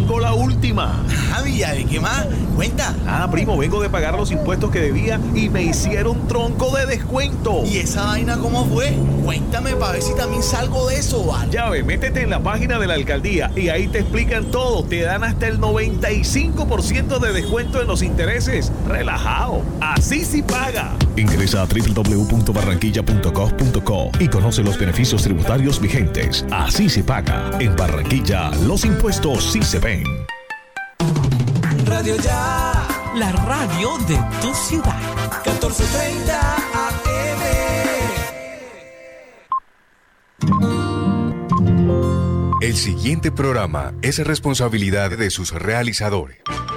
tengo la última. Villa, ¿y qué más? Cuenta. Primo, vengo de pagar los impuestos que debía y me hicieron tronco de descuento. ¿Y esa vaina cómo fue? Cuéntame para ver si también salgo de eso, ¿vale? Ya ve, métete en la página de la alcaldía y ahí te explican todo. Te dan hasta el 95% de descuento en los intereses. Relajado. Así sí paga. Ingresa a www.barranquilla.gov.co y conoce los beneficios tributarios vigentes. Así se paga. En Barranquilla, los impuestos sí se ven. Radio Ya, la radio de tu ciudad. 14:30 AM. El siguiente programa es responsabilidad de sus realizadores.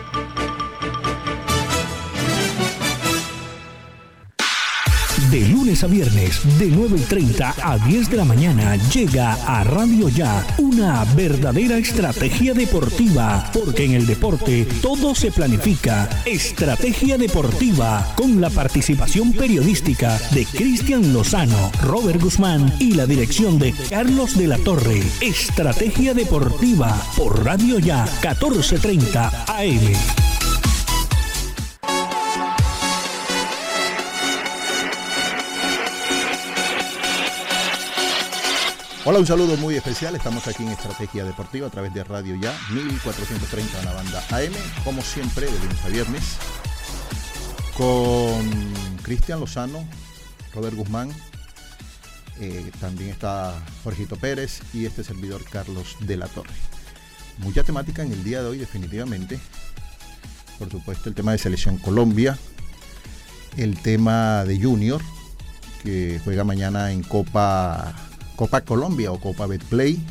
De lunes a viernes, de 9:30 a 10 de la mañana, llega a Radio Ya una verdadera estrategia deportiva, porque en el deporte todo se planifica. Estrategia deportiva, con la participación periodística de Cristian Lozano, Robert Guzmán y la dirección de Carlos de la Torre. Estrategia deportiva por Radio Ya, 14:30 AM. Hola, un saludo muy especial. Estamos aquí en Estrategia Deportiva a través de Radio Ya, 1430 en la banda AM, como siempre, de lunes a viernes, con Cristian Lozano, Robert Guzmán, también está Jorgito Pérez y este servidor Carlos de la Torre. Mucha temática en el día de hoy, definitivamente. Por supuesto, el tema de Selección Colombia, el tema de Junior, que juega mañana en Copa Colombia o Copa Betplay,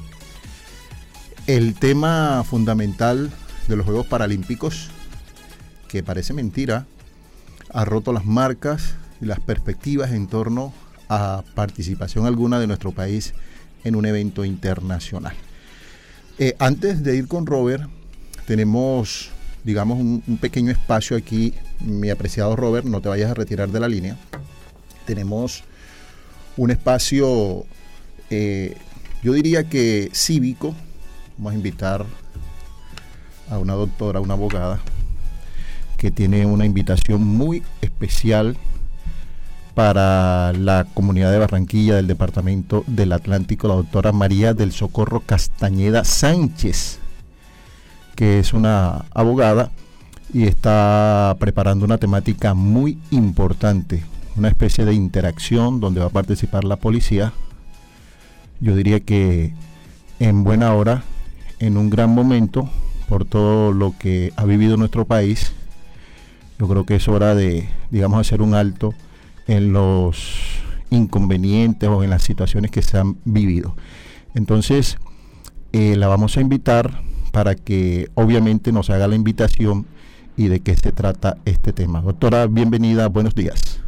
el tema fundamental de los Juegos Paralímpicos, que parece mentira, ha roto las marcas y las perspectivas en torno a participación alguna de nuestro país en un evento internacional. Antes de ir con Robert, tenemos, digamos, un pequeño espacio aquí, mi apreciado Robert, no te vayas a retirar de la línea. Tenemos un espacio, yo diría que cívico. Vamos a invitar a una doctora, una abogada, que tiene una invitación muy especial para la comunidad de Barranquilla del departamento del Atlántico, la doctora María del Socorro Castañeda Sánchez, que es una abogada y está preparando una temática muy importante, una especie de interacción donde va a participar la policía. Yo diría que en buena hora, en un gran momento, por todo lo que ha vivido nuestro país. Yo creo que es hora de, digamos, hacer un alto en los inconvenientes o en las situaciones que se han vivido. Entonces, la vamos a invitar para que obviamente nos haga la invitación y de qué se trata este tema. Doctora, bienvenida, buenos días.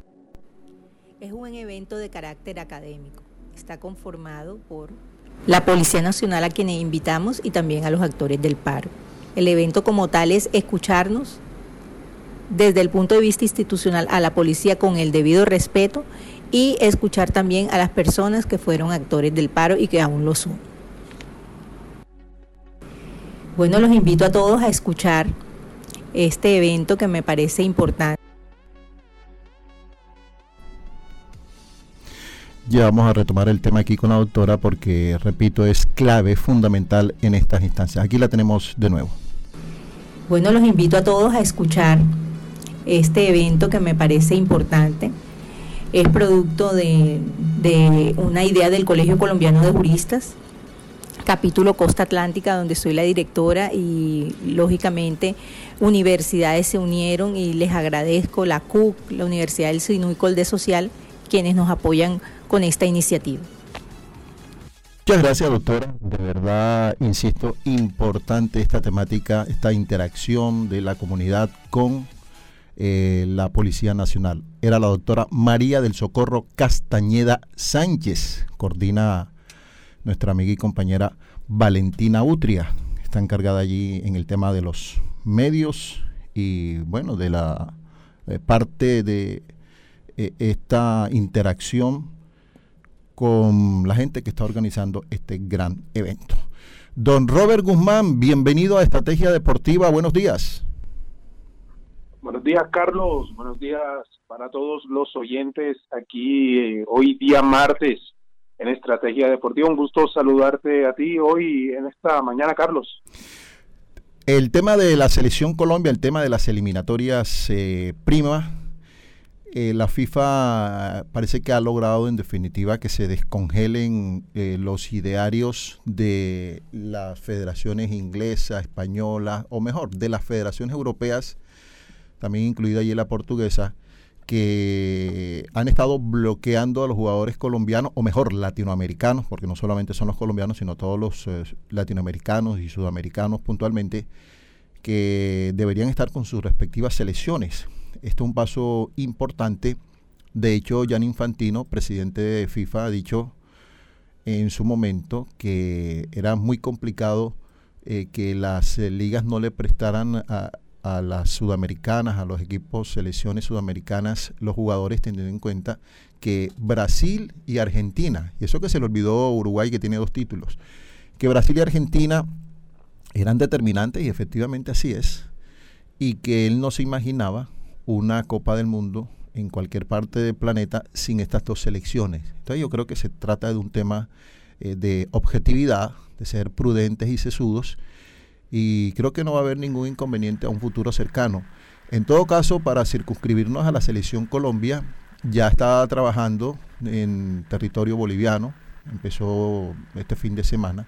Es un evento de carácter académico. Está conformado por la Policía Nacional, a quienes invitamos, y también a los actores del paro. El evento como tal es escucharnos desde el punto de vista institucional a la policía con el debido respeto y escuchar también a las personas que fueron actores del paro y que aún lo son. Bueno, los invito a todos a escuchar este evento que me parece importante. Ya vamos a retomar el tema aquí con la doctora porque, repito, es clave, fundamental en estas instancias. Aquí la tenemos de nuevo. Bueno, los invito a todos a escuchar este evento que me parece importante. Es producto de una idea del Colegio Colombiano de Juristas, capítulo Costa Atlántica, donde soy la directora, y lógicamente universidades se unieron y les agradezco, la CUC, la Universidad del Sinu y Colde Social, quienes nos apoyan con esta iniciativa. Muchas gracias, doctora. De verdad, insisto, importante esta temática, esta interacción de la comunidad con la Policía Nacional. Era la doctora María del Socorro Castañeda Sánchez, coordina nuestra amiga y compañera Valentina Utria, está encargada allí en el tema de los medios y, bueno, de la parte de esta interacción con la gente que está organizando este gran evento. Don Robert Guzmán, bienvenido a Estrategia Deportiva, buenos días. Buenos días, Carlos, buenos días para todos los oyentes aquí hoy día martes en Estrategia Deportiva. Un gusto saludarte a ti hoy en esta mañana, Carlos. El tema de la selección Colombia, el tema de las eliminatorias prima, la FIFA parece que ha logrado en definitiva que se descongelen los idearios de las federaciones inglesas, españolas, o mejor, de las federaciones europeas, también incluida allí la portuguesa, que han estado bloqueando a los jugadores colombianos, o mejor, latinoamericanos, porque no solamente son los colombianos, sino todos los latinoamericanos y sudamericanos puntualmente, que deberían estar con sus respectivas selecciones. Esto es un paso importante. De hecho, Gianni Infantino, presidente de FIFA, ha dicho en su momento que era muy complicado que las ligas no le prestaran a las sudamericanas, a los equipos, selecciones sudamericanas, los jugadores, teniendo en cuenta que Brasil y Argentina, y eso que se le olvidó Uruguay, que tiene 2 títulos, que Brasil y Argentina eran determinantes, y efectivamente así es, y que él no se imaginaba una Copa del Mundo en cualquier parte del planeta sin estas 2 selecciones. Entonces yo creo que se trata de un tema de objetividad, de ser prudentes y sesudos, y creo que no va a haber ningún inconveniente a un futuro cercano. En todo caso, para circunscribirnos a la selección Colombia, ya está trabajando en territorio boliviano, empezó este fin de semana,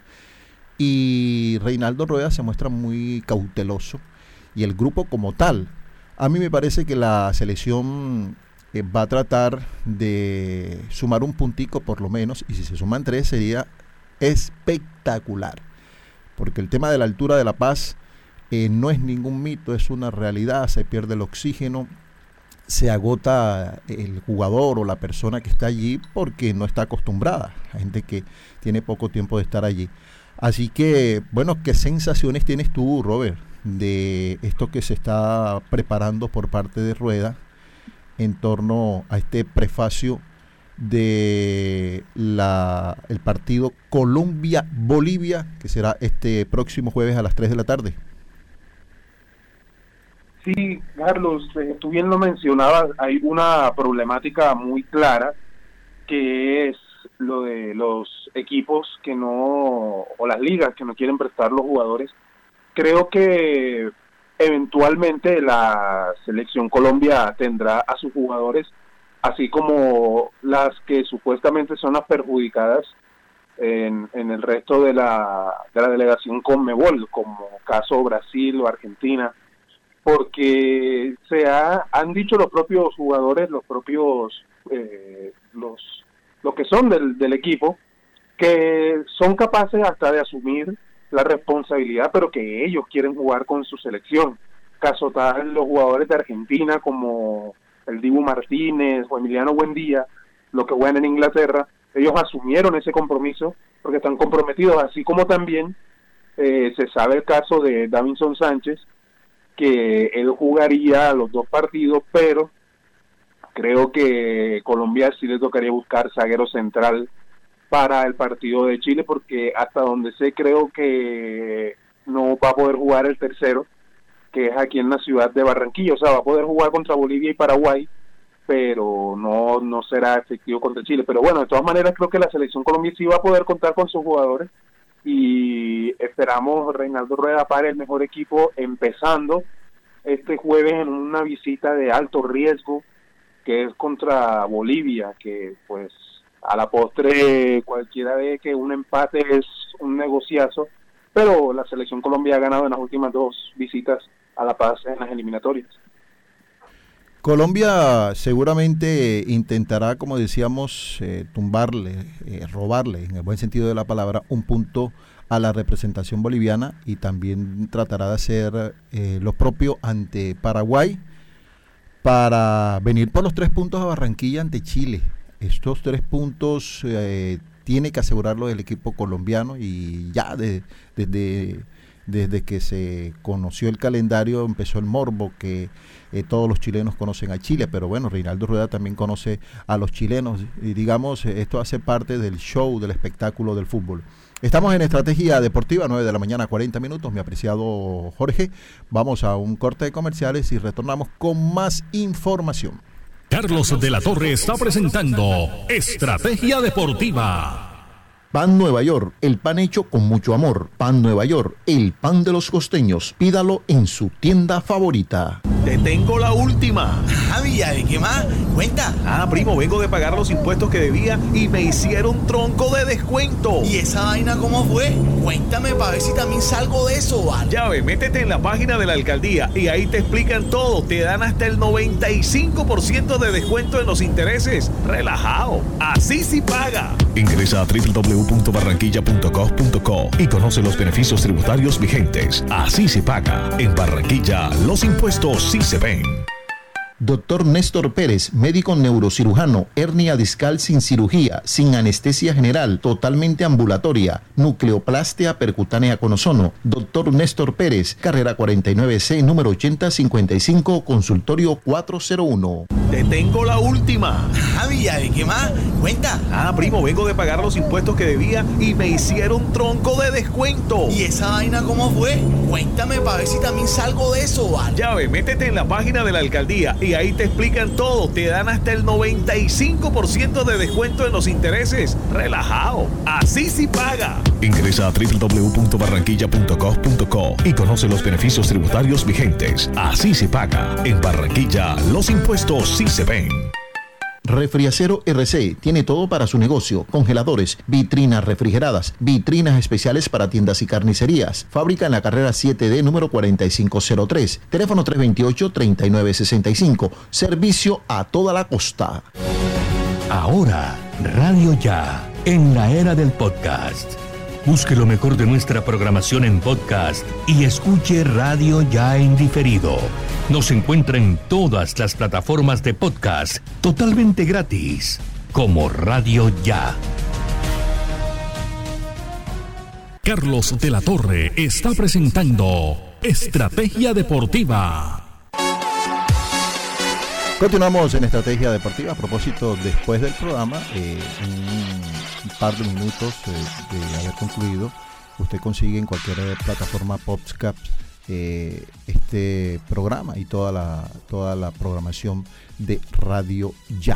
y Reinaldo Rueda se muestra muy cauteloso, y el grupo como tal. A mí me parece que la selección va a tratar de sumar un puntico por lo menos, y si se suman 3 sería espectacular, porque el tema de la altura de La Paz no es ningún mito, es una realidad. Se pierde el oxígeno, se agota el jugador o la persona que está allí porque no está acostumbrada, hay gente que tiene poco tiempo de estar allí. Así que, bueno, ¿qué sensaciones tienes tú, Robert, de esto que se está preparando por parte de Rueda en torno a este prefacio de el partido Colombia-Bolivia, que será este próximo jueves a las 3 de la tarde? Sí, Carlos, tú bien lo mencionabas, hay una problemática muy clara, que es lo de los equipos que no, o las ligas que no quieren prestar los jugadores. Creo que eventualmente la selección Colombia tendrá a sus jugadores, así como las que supuestamente son las perjudicadas en el resto de la delegación Conmebol, como caso Brasil o Argentina, porque han dicho los propios jugadores, los que son del equipo, que son capaces hasta de asumir la responsabilidad, pero que ellos quieren jugar con su selección. Caso tal, los jugadores de Argentina como el Dibu Martínez o Emiliano Buendía, los que juegan en Inglaterra, ellos asumieron ese compromiso porque están comprometidos, así como también se sabe el caso de Davinson Sánchez, que él jugaría los 2 partidos, pero creo que Colombia sí le tocaría buscar zaguero central para el partido de Chile, porque hasta donde sé creo que no va a poder jugar el tercero, que es aquí en la ciudad de Barranquilla. O sea, va a poder jugar contra Bolivia y Paraguay, pero no será efectivo contra Chile. Pero bueno, de todas maneras creo que la selección Colombia sí va a poder contar con sus jugadores, y esperamos Reinaldo Rueda para el mejor equipo, empezando este jueves en una visita de alto riesgo, que es contra Bolivia, que pues a la postre cualquiera ve que un empate es un negociazo, pero la selección Colombia ha ganado en las últimas 2 visitas a La Paz en las eliminatorias. Colombia seguramente intentará, como decíamos, tumbarle, robarle, en el buen sentido de la palabra, un punto a la representación boliviana, y también tratará de hacer lo propio ante Paraguay para venir por los 3 puntos a Barranquilla ante Chile. Estos 3 tiene que asegurarlo el equipo colombiano, y ya desde desde que se conoció el calendario empezó el morbo que todos los chilenos conocen a Chile, pero bueno, Reinaldo Rueda también conoce a los chilenos y digamos, esto hace parte del show, del espectáculo del fútbol. Estamos en Estrategia Deportiva, 9 de la mañana, 40 minutos, mi apreciado Jorge. Vamos a un corte de comerciales y retornamos con más información. Carlos de la Torre está presentando Estrategia Deportiva. Pan Nueva York, el pan hecho con mucho amor. Pan Nueva York, el pan de los costeños. Pídalo en su tienda favorita. Te tengo la última. Villave, ¿qué más? Cuenta. Primo, vengo de pagar los impuestos que debía y me hicieron tronco de descuento. ¿Y esa vaina cómo fue? Cuéntame para ver si también salgo de eso, ¿vale? Llave, métete en la página de la alcaldía y ahí te explican todo. Te dan hasta el 95% de descuento en los intereses. Relajado. Así sí paga. Ingresa a www.barranquilla.gov.co y conoce los beneficios tributarios vigentes. Así se paga. En Barranquilla, los impuestos sí se ven. Doctor Néstor Pérez, médico neurocirujano, hernia discal sin cirugía, sin anestesia general, totalmente ambulatoria, nucleoplastia percutánea con ozono. Doctor Néstor Pérez, carrera 49C, número 8055, consultorio 401. Te tengo la última. Villave, ¿qué más? Cuenta. Primo, vengo de pagar los impuestos que debía y me hicieron tronco de descuento. ¿Y esa vaina cómo fue? Cuéntame para ver si también salgo de eso, ¿vale? Llave, métete en la página de la alcaldía y ahí te explican todo. Te dan hasta el 95% de descuento en los intereses. Relajado. Así sí paga. Ingresa a www.barranquilla.gov.co y conoce los beneficios tributarios vigentes. Así se paga. En Barranquilla, los impuestos sí se ven. Refriacero RC tiene todo para su negocio: congeladores, vitrinas refrigeradas, vitrinas especiales para tiendas y carnicerías. Fábrica en la carrera 7D número 4503, teléfono 328-3965, servicio a toda la costa. Ahora, Radio Ya, en la era del podcast. Busque lo mejor de nuestra programación en podcast y escuche Radio Ya en diferido. Nos encuentra en todas las plataformas de podcast totalmente gratis, como Radio Ya. Carlos de la Torre está presentando Estrategia Deportiva. Continuamos en Estrategia Deportiva. A propósito, después del programa, un par de minutos de haber concluido, usted consigue en cualquier plataforma podcast este programa y toda la programación de Radio Ya.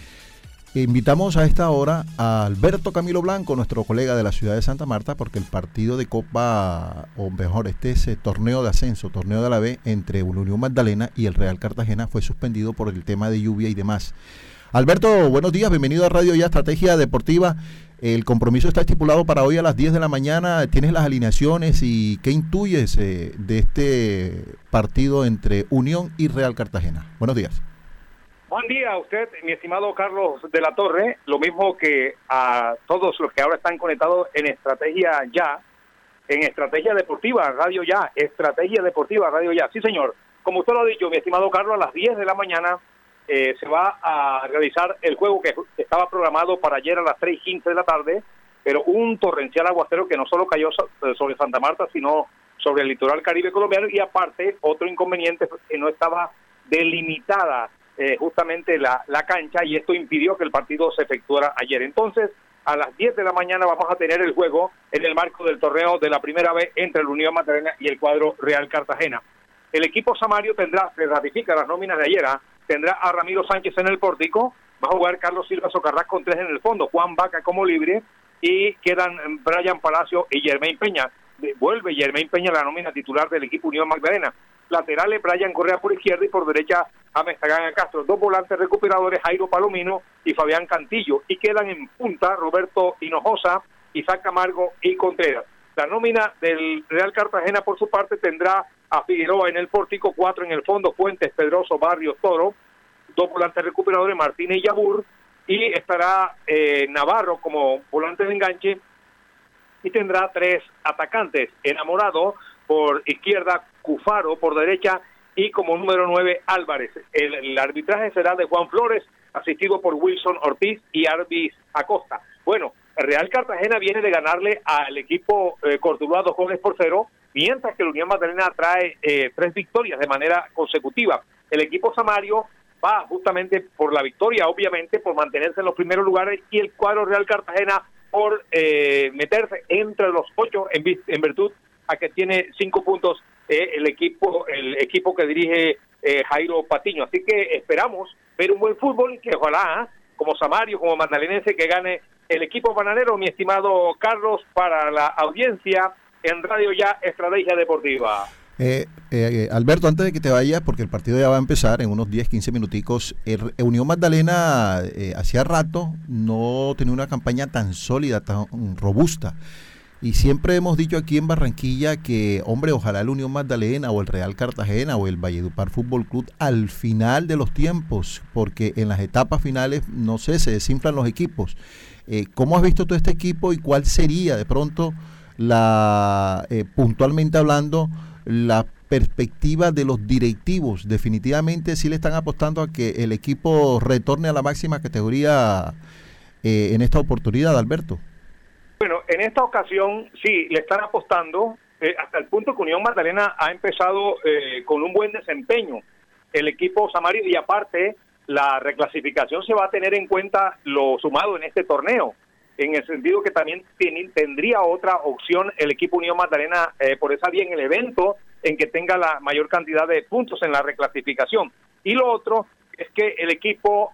Invitamos a esta hora a Alberto Camilo Blanco, nuestro colega de la ciudad de Santa Marta, porque el partido de Copa, o mejor, ese torneo de ascenso, torneo de la B, entre Unión Magdalena y el Real Cartagena fue suspendido por el tema de lluvia y demás. Alberto, buenos días, bienvenido a Radio Ya, Estrategia Deportiva. El compromiso está estipulado para hoy a las 10 de la mañana. ¿Tienes las alineaciones y qué intuyes de este partido entre Unión y Real Cartagena? Buenos días. Buen día a usted, mi estimado Carlos de la Torre, lo mismo que a todos los que ahora están conectados en Estrategia Ya, en Estrategia Deportiva, Radio Ya, Estrategia Deportiva, Radio Ya. Sí, señor, como usted lo ha dicho, mi estimado Carlos, a las 10 de la mañana se va a realizar el juego que estaba programado para ayer a las 3:15 de la tarde, pero un torrencial aguacero que no solo cayó sobre Santa Marta, sino sobre el litoral caribe colombiano, y aparte otro inconveniente que no estaba delimitada justamente la cancha, y esto impidió que el partido se efectuara ayer. Entonces, a las 10 de la mañana vamos a tener el juego en el marco del torneo de la Primera B entre la Unión Magdalena y el cuadro Real Cartagena. El equipo samario se ratifica las nóminas de ayer, tendrá a Ramiro Sánchez en el pórtico, va a jugar Carlos Silva Socarrás con 3 en el fondo, Juan Vaca como libre, y quedan Brian Palacio y Germain Peña. Vuelve Germain Peña a la nómina titular del equipo Unión Magdalena. Laterales, Brian Correa por izquierda y por derecha a Mestagán Castro. 2 volantes recuperadores, Jairo Palomino y Fabián Cantillo. Y quedan en punta Roberto Hinojosa, Isaac Camargo y Contreras. La nómina del Real Cartagena, por su parte, tendrá a Figueroa en el pórtico, 4 en el fondo, Fuentes, Pedroso, Barrios, Toro, 2 volantes recuperadores, Martínez y Yabur, y estará Navarro como volante de enganche, y tendrá 3 atacantes, Enamorado por izquierda, Cufaro por derecha, y como número 9 Álvarez. El arbitraje será de Juan Flores, asistido por Wilson Ortiz y Arbis Acosta. Bueno, El Real Cartagena viene de ganarle al equipo Cortuluá 2-0, mientras que la Unión Magdalena trae 3 victorias de manera consecutiva. El equipo Samario va justamente por la victoria, obviamente, por mantenerse en los primeros lugares, y el cuadro Real Cartagena por meterse entre los 8 en virtud a que tiene 5 puntos el equipo que dirige Jairo Patiño. Así que esperamos ver un buen fútbol y que ojalá, como Samario, como Magdalenense, que gane el equipo bananero, mi estimado Carlos, para la audiencia en Radio Ya Estrategia Deportiva. Alberto, antes de que te vayas, porque el partido ya va a empezar en unos 10-15 minuticos, Unión Magdalena hacía rato no tenía una campaña tan sólida, tan robusta, y siempre hemos dicho aquí en Barranquilla que, hombre, ojalá la Unión Magdalena o el Real Cartagena o el Valledupar Fútbol Club al final de los tiempos, porque en las etapas finales, no sé, se desinflan los equipos. ¿Cómo has visto tú este equipo y cuál sería de pronto puntualmente hablando, la perspectiva de los directivos? Definitivamente sí le están apostando a que el equipo retorne a la máxima categoría en esta oportunidad, Alberto. Bueno, en esta ocasión sí le están apostando, hasta el punto que Unión Magdalena ha empezado con un buen desempeño. El equipo Samario, y aparte la reclasificación se va a tener en cuenta lo sumado en este torneo, en el sentido que también tendría otra opción el equipo Unión Magdalena por esa vía en el evento en que tenga la mayor cantidad de puntos en la reclasificación. Y lo otro es que el equipo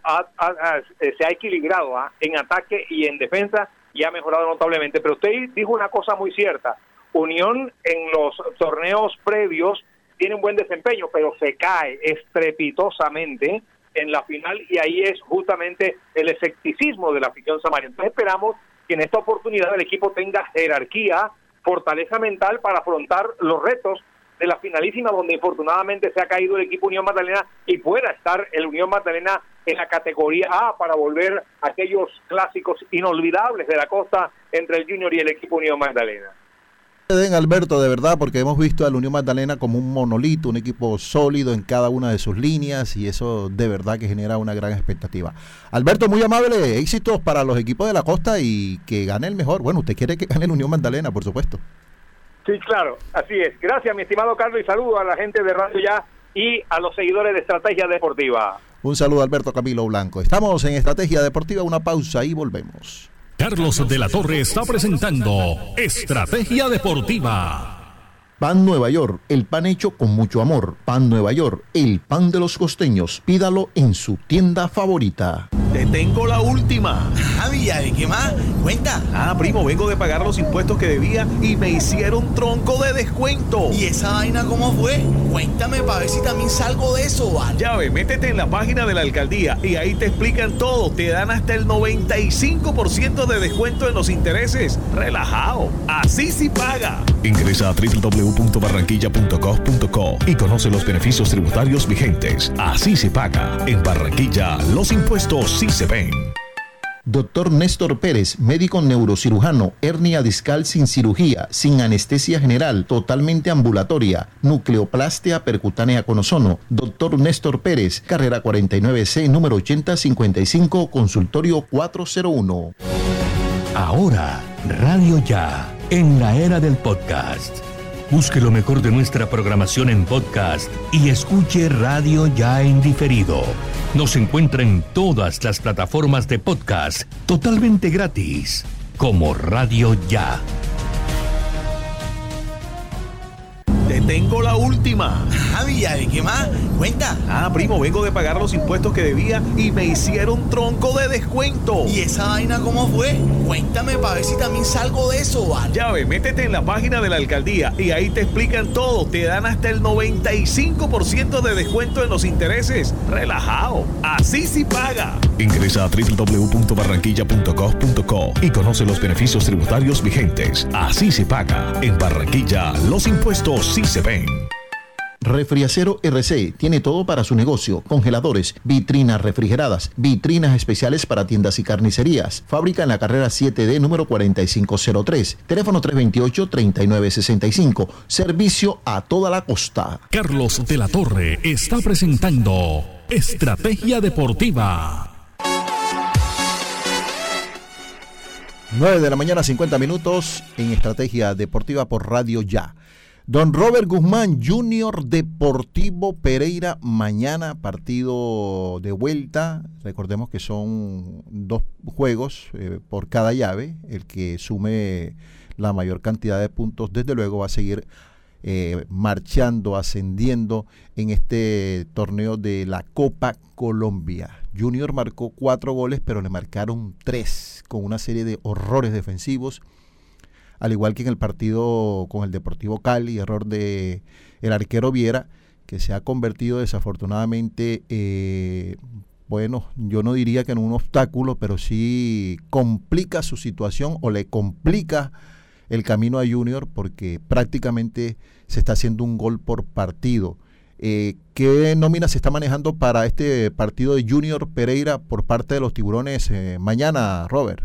se ha equilibrado en ataque y en defensa y ha mejorado notablemente. Pero usted dijo una cosa muy cierta: Unión en los torneos previos tiene un buen desempeño, pero se cae estrepitosamente en la final, y ahí es justamente el escepticismo de la afición samaria. Entonces esperamos que en esta oportunidad el equipo tenga jerarquía, fortaleza mental para afrontar los retos de la finalísima, donde infortunadamente se ha caído el equipo Unión Magdalena, y pueda estar el Unión Magdalena en la categoría A para volver a aquellos clásicos inolvidables de la costa entre el Junior y el equipo Unión Magdalena. Alberto, de verdad, porque hemos visto a la Unión Magdalena como un monolito, un equipo sólido en cada una de sus líneas, y eso de verdad que genera una gran expectativa. Alberto, muy amable, éxitos para los equipos de la costa y que gane el mejor. Bueno, usted quiere que gane la Unión Magdalena, por supuesto. Sí, claro, así es. Gracias, mi estimado Carlos, y saludo a la gente de Radio Ya y a los seguidores de Estrategia Deportiva. Un saludo, Alberto Camilo Blanco. Estamos en Estrategia Deportiva, una pausa y volvemos. Carlos de la Torre está presentando Estrategia Deportiva. Pan Nueva York, el pan hecho con mucho amor. Pan Nueva York, el pan de los costeños. Pídalo en su tienda favorita. Te tengo la última. Villa, ¿de qué más? Cuenta. Primo, vengo de pagar los impuestos que debía y me hicieron tronco de descuento. ¿Y esa vaina cómo fue? Cuéntame para ver si también salgo de eso, ¿vale? Ya ve, métete en la página de la alcaldía y ahí te explican todo. Te dan hasta el 95% de descuento en los intereses. Relajado. Así sí paga. Ingresa a www.barranquilla.gov.co y conoce los beneficios tributarios vigentes. Así se paga. En Barranquilla, los impuestos sí se ven. Doctor Néstor Pérez, médico neurocirujano, hernia discal sin cirugía, sin anestesia general, totalmente ambulatoria, nucleoplastia percutánea con ozono. Doctor Néstor Pérez, carrera 49C, número 8055, consultorio 401. Ahora, Radio Ya, en la era del podcast. Busque lo mejor de nuestra programación en podcast y escuche Radio Ya en diferido. Nos encuentra en todas las plataformas de podcast totalmente gratis, como Radio Ya. Te tengo la última. Villa, ¿de qué más? Cuenta. Primo, vengo de pagar los impuestos que debía y me hicieron tronco de descuento. ¿Y esa vaina cómo fue? Cuéntame para ver si también salgo de eso, ¿vale? Ya ve, métete en la página de la alcaldía y ahí te explican todo. Te dan hasta el 95% de descuento en los intereses. Relajado. Así sí paga. Ingresa a www.barranquilla.gov.co y conoce los beneficios tributarios vigentes. Así se paga. En Barranquilla, los impuestos sí se ven. Refriacero RC tiene todo para su negocio: congeladores, vitrinas refrigeradas, vitrinas especiales para tiendas y carnicerías. Fábrica en la carrera 7D número 4503, teléfono 328-3965, servicio a toda la costa. Carlos de la Torre está presentando Estrategia Deportiva. 9 de la mañana, 50 minutos en Estrategia Deportiva por Radio Ya. Don Robert Guzmán, Junior Deportivo Pereira, mañana partido de vuelta. Recordemos que son 2 juegos por cada llave. El que sume la mayor cantidad de puntos, desde luego, va a seguir marchando, ascendiendo en este torneo de la Copa Colombia. Junior marcó 4 goles, pero le marcaron 3 con una serie de horrores defensivos. Al igual que en el partido con el Deportivo Cali, error de el arquero Viera, que se ha convertido desafortunadamente, bueno, yo no diría que en un obstáculo, pero sí complica su situación o le complica el camino a Junior, porque prácticamente se está haciendo un gol por partido. ¿Qué nómina se está manejando para este partido de Junior Pereira por parte de los Tiburones mañana, Robert?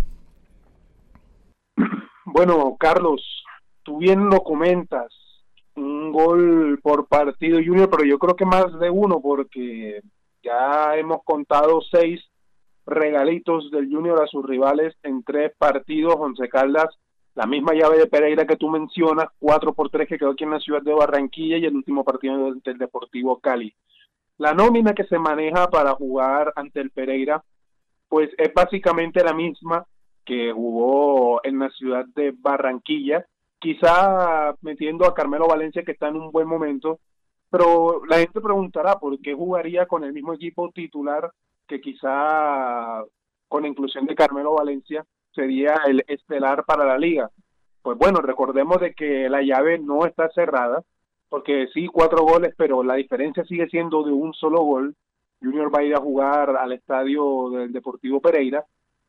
Bueno, Carlos, tú bien lo comentas, un gol por partido Junior, pero yo creo que más de uno, porque ya hemos contado 6 regalitos del Junior a sus rivales en 3 partidos. Once Caldas, la misma llave de Pereira que tú mencionas, 4-3 que quedó aquí en la ciudad de Barranquilla, y el último partido del Deportivo Cali. La nómina que se maneja para jugar ante el Pereira, pues es básicamente la misma que jugó en la ciudad de Barranquilla, quizá metiendo a Carmelo Valencia, que está en un buen momento, pero la gente preguntará por qué jugaría con el mismo equipo titular, que quizá con la inclusión de Carmelo Valencia sería el estelar para la liga. Pues bueno, recordemos de que la llave no está cerrada, porque sí, 4 goles, pero la diferencia sigue siendo de un solo gol. Junior va a ir a jugar al estadio del Deportivo Pereira,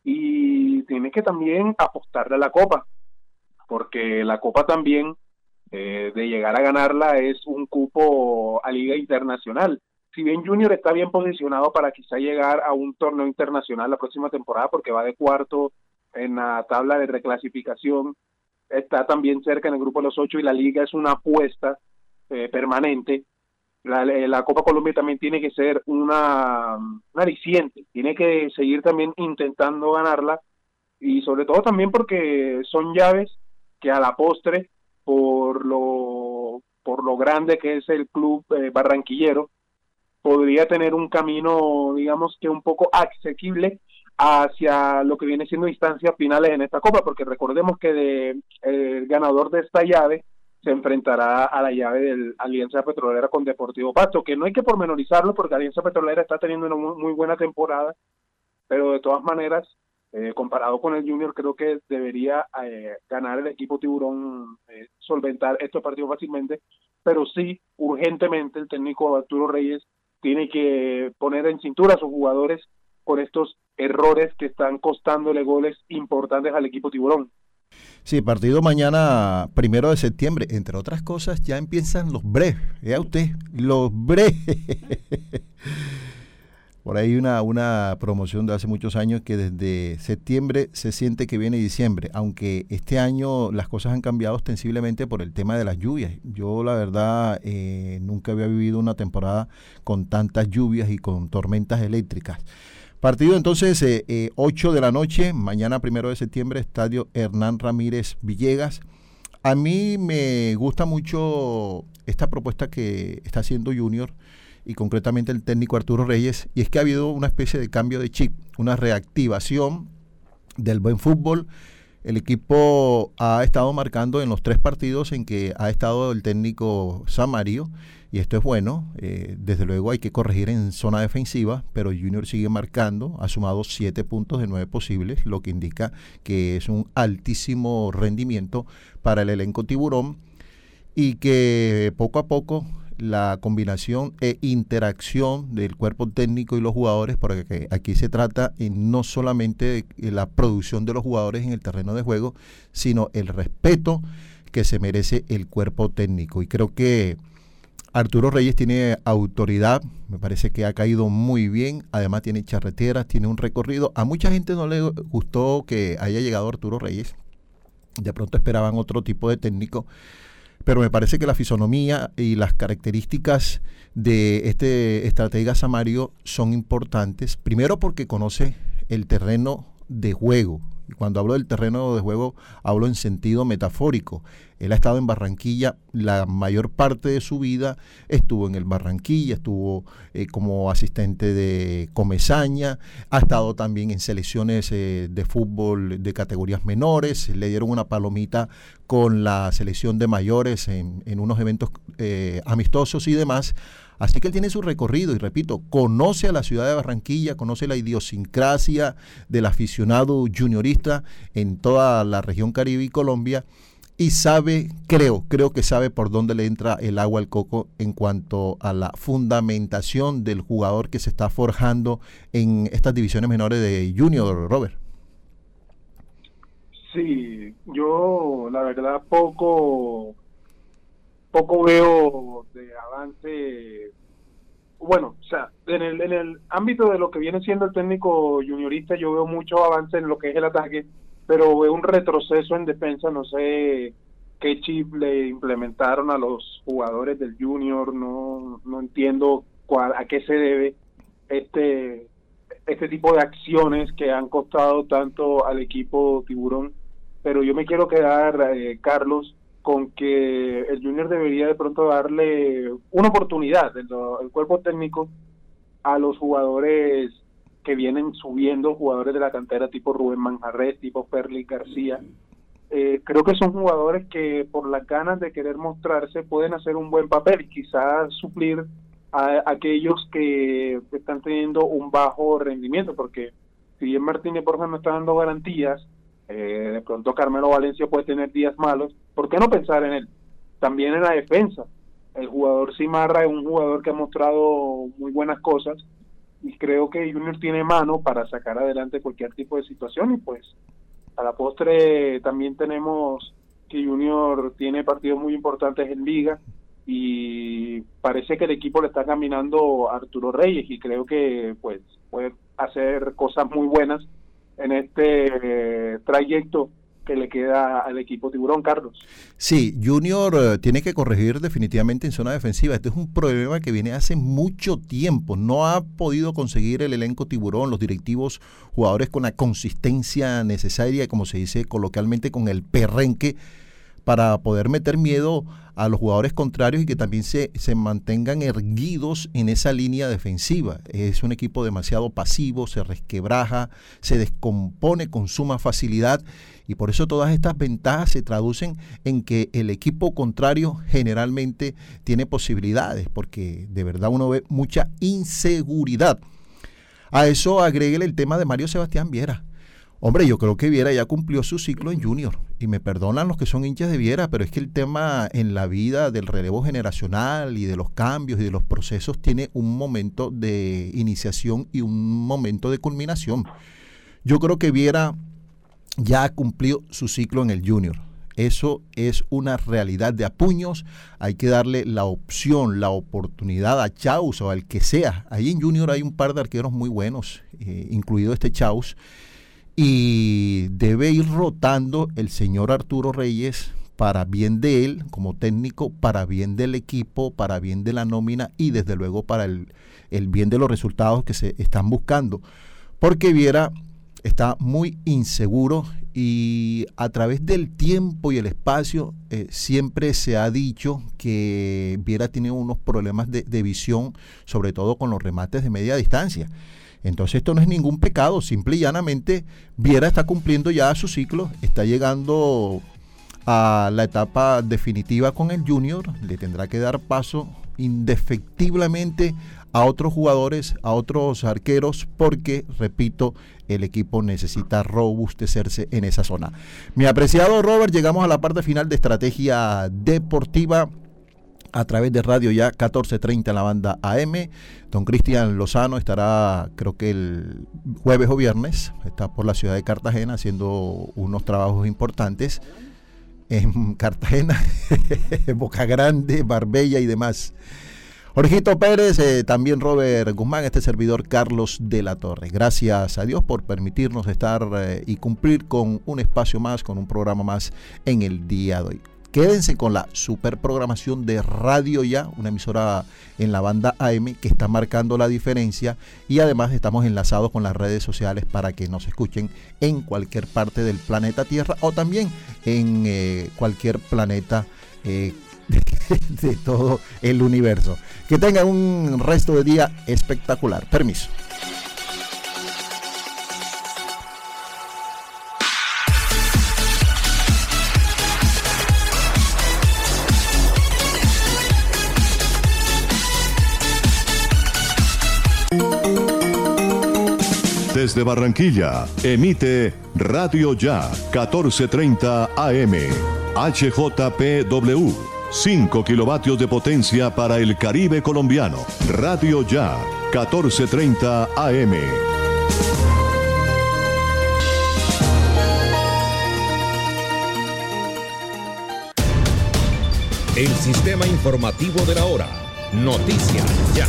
y tiene que también apostarle a la Copa, porque la Copa también, de llegar a ganarla, es un cupo a Liga Internacional. Si bien Junior está bien posicionado para quizá llegar a un torneo internacional la próxima temporada, porque va de cuarto en la tabla de reclasificación, está también cerca en el grupo de los 8, y la Liga es una apuesta permanente. La Copa Colombia también tiene que ser una aliciente, tiene que seguir también intentando ganarla, y sobre todo también porque son llaves que a la postre, por lo grande que es el club barranquillero, podría tener un camino, digamos que un poco asequible hacia lo que viene siendo instancias finales en esta Copa, porque recordemos que el ganador de esta llave se enfrentará a la llave del Alianza Petrolera con Deportivo Pasto, que no hay que pormenorizarlo porque Alianza Petrolera está teniendo una muy buena temporada, pero de todas maneras, comparado con el Junior, creo que debería ganar el equipo Tiburón, solventar estos partidos fácilmente, pero sí, urgentemente, el técnico Arturo Reyes tiene que poner en cintura a sus jugadores con estos errores que están costándole goles importantes al equipo Tiburón. Sí, partido mañana 1 de septiembre. Entre otras cosas, ya empiezan los breves. Vea usted, los breves. Por ahí una promoción de hace muchos años que desde septiembre se siente que viene diciembre, aunque este año las cosas han cambiado ostensiblemente por el tema de las lluvias. Yo la verdad nunca había vivido una temporada con tantas lluvias y con tormentas eléctricas. Partido entonces 8 de la noche, mañana 1 de septiembre, estadio Hernán Ramírez Villegas. A mí me gusta mucho esta propuesta que está haciendo Junior y concretamente el técnico Arturo Reyes, y es que ha habido una especie de cambio de chip, una reactivación del buen fútbol. El equipo ha estado marcando en los 3 partidos en que ha estado el técnico Samario, y esto es bueno. Desde luego hay que corregir en zona defensiva, pero Junior sigue marcando, ha sumado 7 puntos de 9 posibles, lo que indica que es un altísimo rendimiento para el elenco Tiburón, y que poco a poco la combinación e interacción del cuerpo técnico y los jugadores, porque aquí se trata no solamente de la producción de los jugadores en el terreno de juego, sino el respeto que se merece el cuerpo técnico. Y creo que Arturo Reyes tiene autoridad, me parece que ha caído muy bien, además tiene charreteras, tiene un recorrido. A mucha gente no le gustó que haya llegado Arturo Reyes, de pronto esperaban otro tipo de técnico, pero me parece que la fisonomía y las características de este estratega Samario son importantes, primero porque conoce el terreno de juego, Y cuando hablo del terreno de juego, hablo en sentido metafórico. Él ha estado en Barranquilla, la mayor parte de su vida estuvo en el Barranquilla, estuvo como asistente de Comesaña, ha estado también en selecciones de fútbol de categorías menores, le dieron una palomita con la selección de mayores en unos eventos amistosos y demás. Así que él tiene su recorrido y repito, conoce a la ciudad de Barranquilla, conoce la idiosincrasia del aficionado juniorista en toda la región Caribe y Colombia y sabe, creo que sabe por dónde le entra el agua al coco en cuanto a la fundamentación del jugador que se está forjando en estas divisiones menores de Junior, Robert. Sí, yo la verdad poco veo de avance, bueno, o sea, en el ámbito de lo que viene siendo el técnico juniorista, yo veo mucho avance en lo que es el ataque, pero veo un retroceso en defensa. No sé qué chip le implementaron a los jugadores del Junior, no entiendo a qué se debe este tipo de acciones que han costado tanto al equipo Tiburón, pero yo me quiero quedar, Carlos, con que el Junior debería de pronto darle una oportunidad, el cuerpo técnico, a los jugadores que vienen subiendo, jugadores de la cantera tipo Rubén Manjarres, tipo Perly García. Creo que son jugadores que por las ganas de querer mostrarse pueden hacer un buen papel y quizás suplir a aquellos que están teniendo un bajo rendimiento, porque si bien Martínez Borja no está dando garantías, de pronto Carmelo Valencia puede tener días malos. ¿Por qué no pensar en él? También en la defensa. El jugador Cimarra es un jugador que ha mostrado muy buenas cosas y creo que Junior tiene mano para sacar adelante cualquier tipo de situación y pues a la postre también tenemos que Junior tiene partidos muy importantes en Liga y parece que el equipo le está caminando a Arturo Reyes y creo que pues puede hacer cosas muy buenas en este trayecto que le queda al equipo Tiburón, Carlos. Sí, Junior tiene que corregir definitivamente en zona defensiva. Este es un problema que viene hace mucho tiempo. No ha podido conseguir el elenco Tiburón, los directivos, jugadores con la consistencia necesaria, como se dice coloquialmente, con el perrenque, para poder meter miedo a los jugadores contrarios y que también se mantengan erguidos en esa línea defensiva. Es un equipo demasiado pasivo, se resquebraja, se descompone con suma facilidad y por eso todas estas ventajas se traducen en que el equipo contrario generalmente tiene posibilidades, porque de verdad uno ve mucha inseguridad. A eso agréguele el tema de Mario Sebastián Viera. Hombre, yo creo que Viera ya cumplió su ciclo en Junior, y me perdonan los que son hinchas de Viera, pero es que el tema en la vida del relevo generacional y de los cambios y de los procesos tiene un momento de iniciación y un momento de culminación. Yo creo que Viera ya cumplió su ciclo en el Junior. Eso es una realidad de a puños. Hay que darle la opción, la oportunidad a Chaus o al que sea. Ahí en Junior hay un par de arqueros muy buenos, incluido este Chaus. Y debe ir rotando el señor Arturo Reyes para bien de él como técnico, para bien del equipo, para bien de la nómina y desde luego para el bien de los resultados que se están buscando. Porque Viera está muy inseguro y a través del tiempo y el espacio siempre se ha dicho que Viera tiene unos problemas de visión, sobre todo con los remates de media distancia. Entonces esto no es ningún pecado, simple y llanamente Viera está cumpliendo ya su ciclo, está llegando a la etapa definitiva con el Junior, le tendrá que dar paso indefectiblemente a otros jugadores, a otros arqueros, porque, repito, el equipo necesita robustecerse en esa zona. Mi apreciado Robert, llegamos a la parte final de Estrategia Deportiva a través de Radio Ya 1430 en la banda AM. Don Cristian Lozano estará, creo que el jueves o viernes, está por la ciudad de Cartagena haciendo unos trabajos importantes en Cartagena, Boca Grande, Marbella y demás. Jorgito Pérez, también Robert Guzmán, este servidor Carlos de la Torre. Gracias a Dios por permitirnos estar y cumplir con un espacio más, con un programa más en el día de hoy. Quédense con la super programación de Radio Ya, una emisora en la banda AM que está marcando la diferencia, y además estamos enlazados con las redes sociales para que nos escuchen en cualquier parte del planeta Tierra o también en cualquier planeta de todo el universo. Que tengan un resto de día espectacular. Permiso. Desde Barranquilla, emite Radio Ya, 1430 AM, HJPW, 5 kilovatios de potencia para el Caribe colombiano. Radio Ya, 1430 AM. El sistema informativo de la hora. Noticias Ya.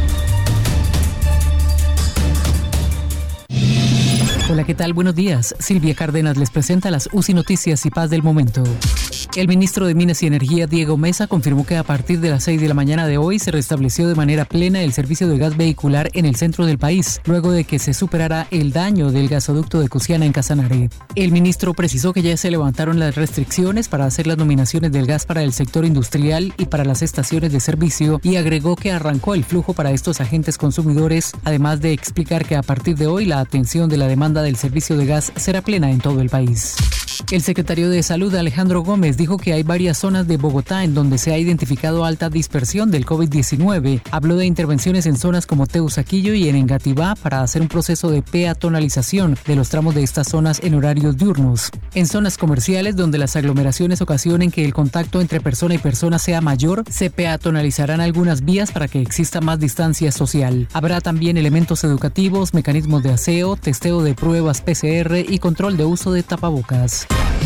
Hola, ¿qué tal? Buenos días. Silvia Cárdenas les presenta las UCI Noticias y Paz del momento. El ministro de Minas y Energía, Diego Mesa, confirmó que a partir de las 6 de la mañana de hoy se restableció de manera plena el servicio de gas vehicular en el centro del país, luego de que se superara el daño del gasoducto de Cusiana en Casanare. El ministro precisó que ya se levantaron las restricciones para hacer las nominaciones del gas para el sector industrial y para las estaciones de servicio, y agregó que arrancó el flujo para estos agentes consumidores, además de explicar que a partir de hoy la atención de la demanda del servicio de gas será plena en todo el país. El secretario de Salud, Alejandro Gómez, dijo que hay varias zonas de Bogotá en donde se ha identificado alta dispersión del COVID-19. Habló de intervenciones en zonas como Teusaquillo y en Engativá para hacer un proceso de peatonalización de los tramos de estas zonas en horarios diurnos. En zonas comerciales donde las aglomeraciones ocasionen que el contacto entre persona y persona sea mayor, se peatonalizarán algunas vías para que exista más distancia social. Habrá también elementos educativos, mecanismos de aseo, testeo de pruebas PCR y control de uso de tapabocas.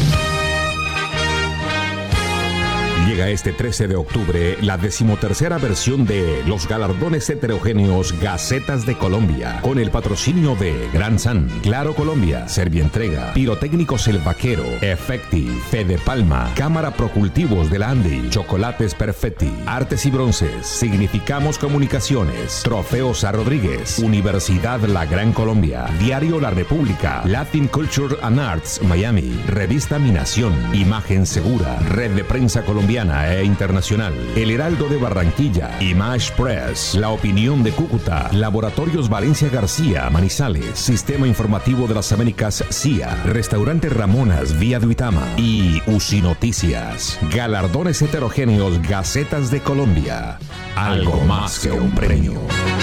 Llega este 13 de octubre la 13ª versión de los galardones heterogéneos Gacetas de Colombia, con el patrocinio de Gran San, Claro Colombia, Servientrega, Pirotécnicos El Vaquero, Efecti, Fede Palma, Cámara Procultivos de la Andi, Chocolates Perfetti, Artes y Bronces, Significamos Comunicaciones, Trofeos a Rodríguez, Universidad La Gran Colombia, Diario La República, Latin Culture and Arts Miami, Revista Mi Nación, Imagen Segura, Red de Prensa Colombiana e internacional, El Heraldo de Barranquilla, Image Press, La Opinión de Cúcuta, Laboratorios Valencia García, Manizales, Sistema Informativo de las Américas CIA, Restaurante Ramonas, Vía Duitama y UCI Noticias. Galardones heterogéneos Gacetas de Colombia. Algo más que un premio.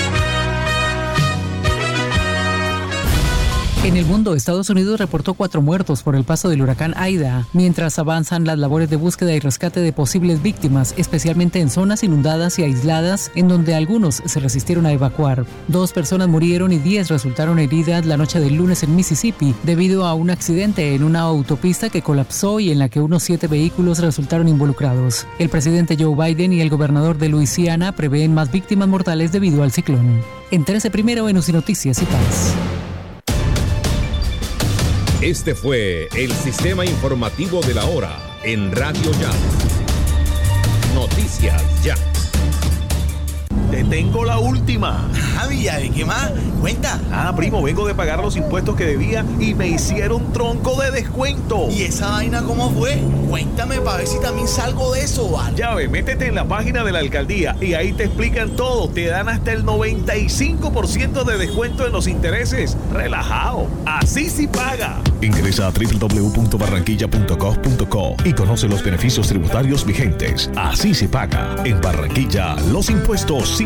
En el mundo, Estados Unidos reportó 4 muertos por el paso del huracán Aida, mientras avanzan las labores de búsqueda y rescate de posibles víctimas, especialmente en zonas inundadas y aisladas, en donde algunos se resistieron a evacuar. 2 personas murieron y 10 resultaron heridas la noche del lunes en Mississippi, debido a un accidente en una autopista que colapsó y en la que unos 7 vehículos resultaron involucrados. El presidente Joe Biden y el gobernador de Luisiana prevén más víctimas mortales debido al ciclón. Entérese primero en UCI Noticias y Paz. Este fue el sistema informativo de la hora en Radio Ya. Noticias Ya. Te tengo la última. Villa, ¿de qué más? Cuenta. Primo, vengo de pagar los impuestos que debía y me hicieron tronco de descuento. ¿Y esa vaina cómo fue? Cuéntame para ver si también salgo de eso, ¿vale? Ya ve, métete en la página de la alcaldía y ahí te explican todo. Te dan hasta el 95% de descuento en los intereses. Relajado. Así sí paga. Ingresa a www.barranquilla.gov.co y conoce los beneficios tributarios vigentes. Así se paga. En Barranquilla, los impuestos sí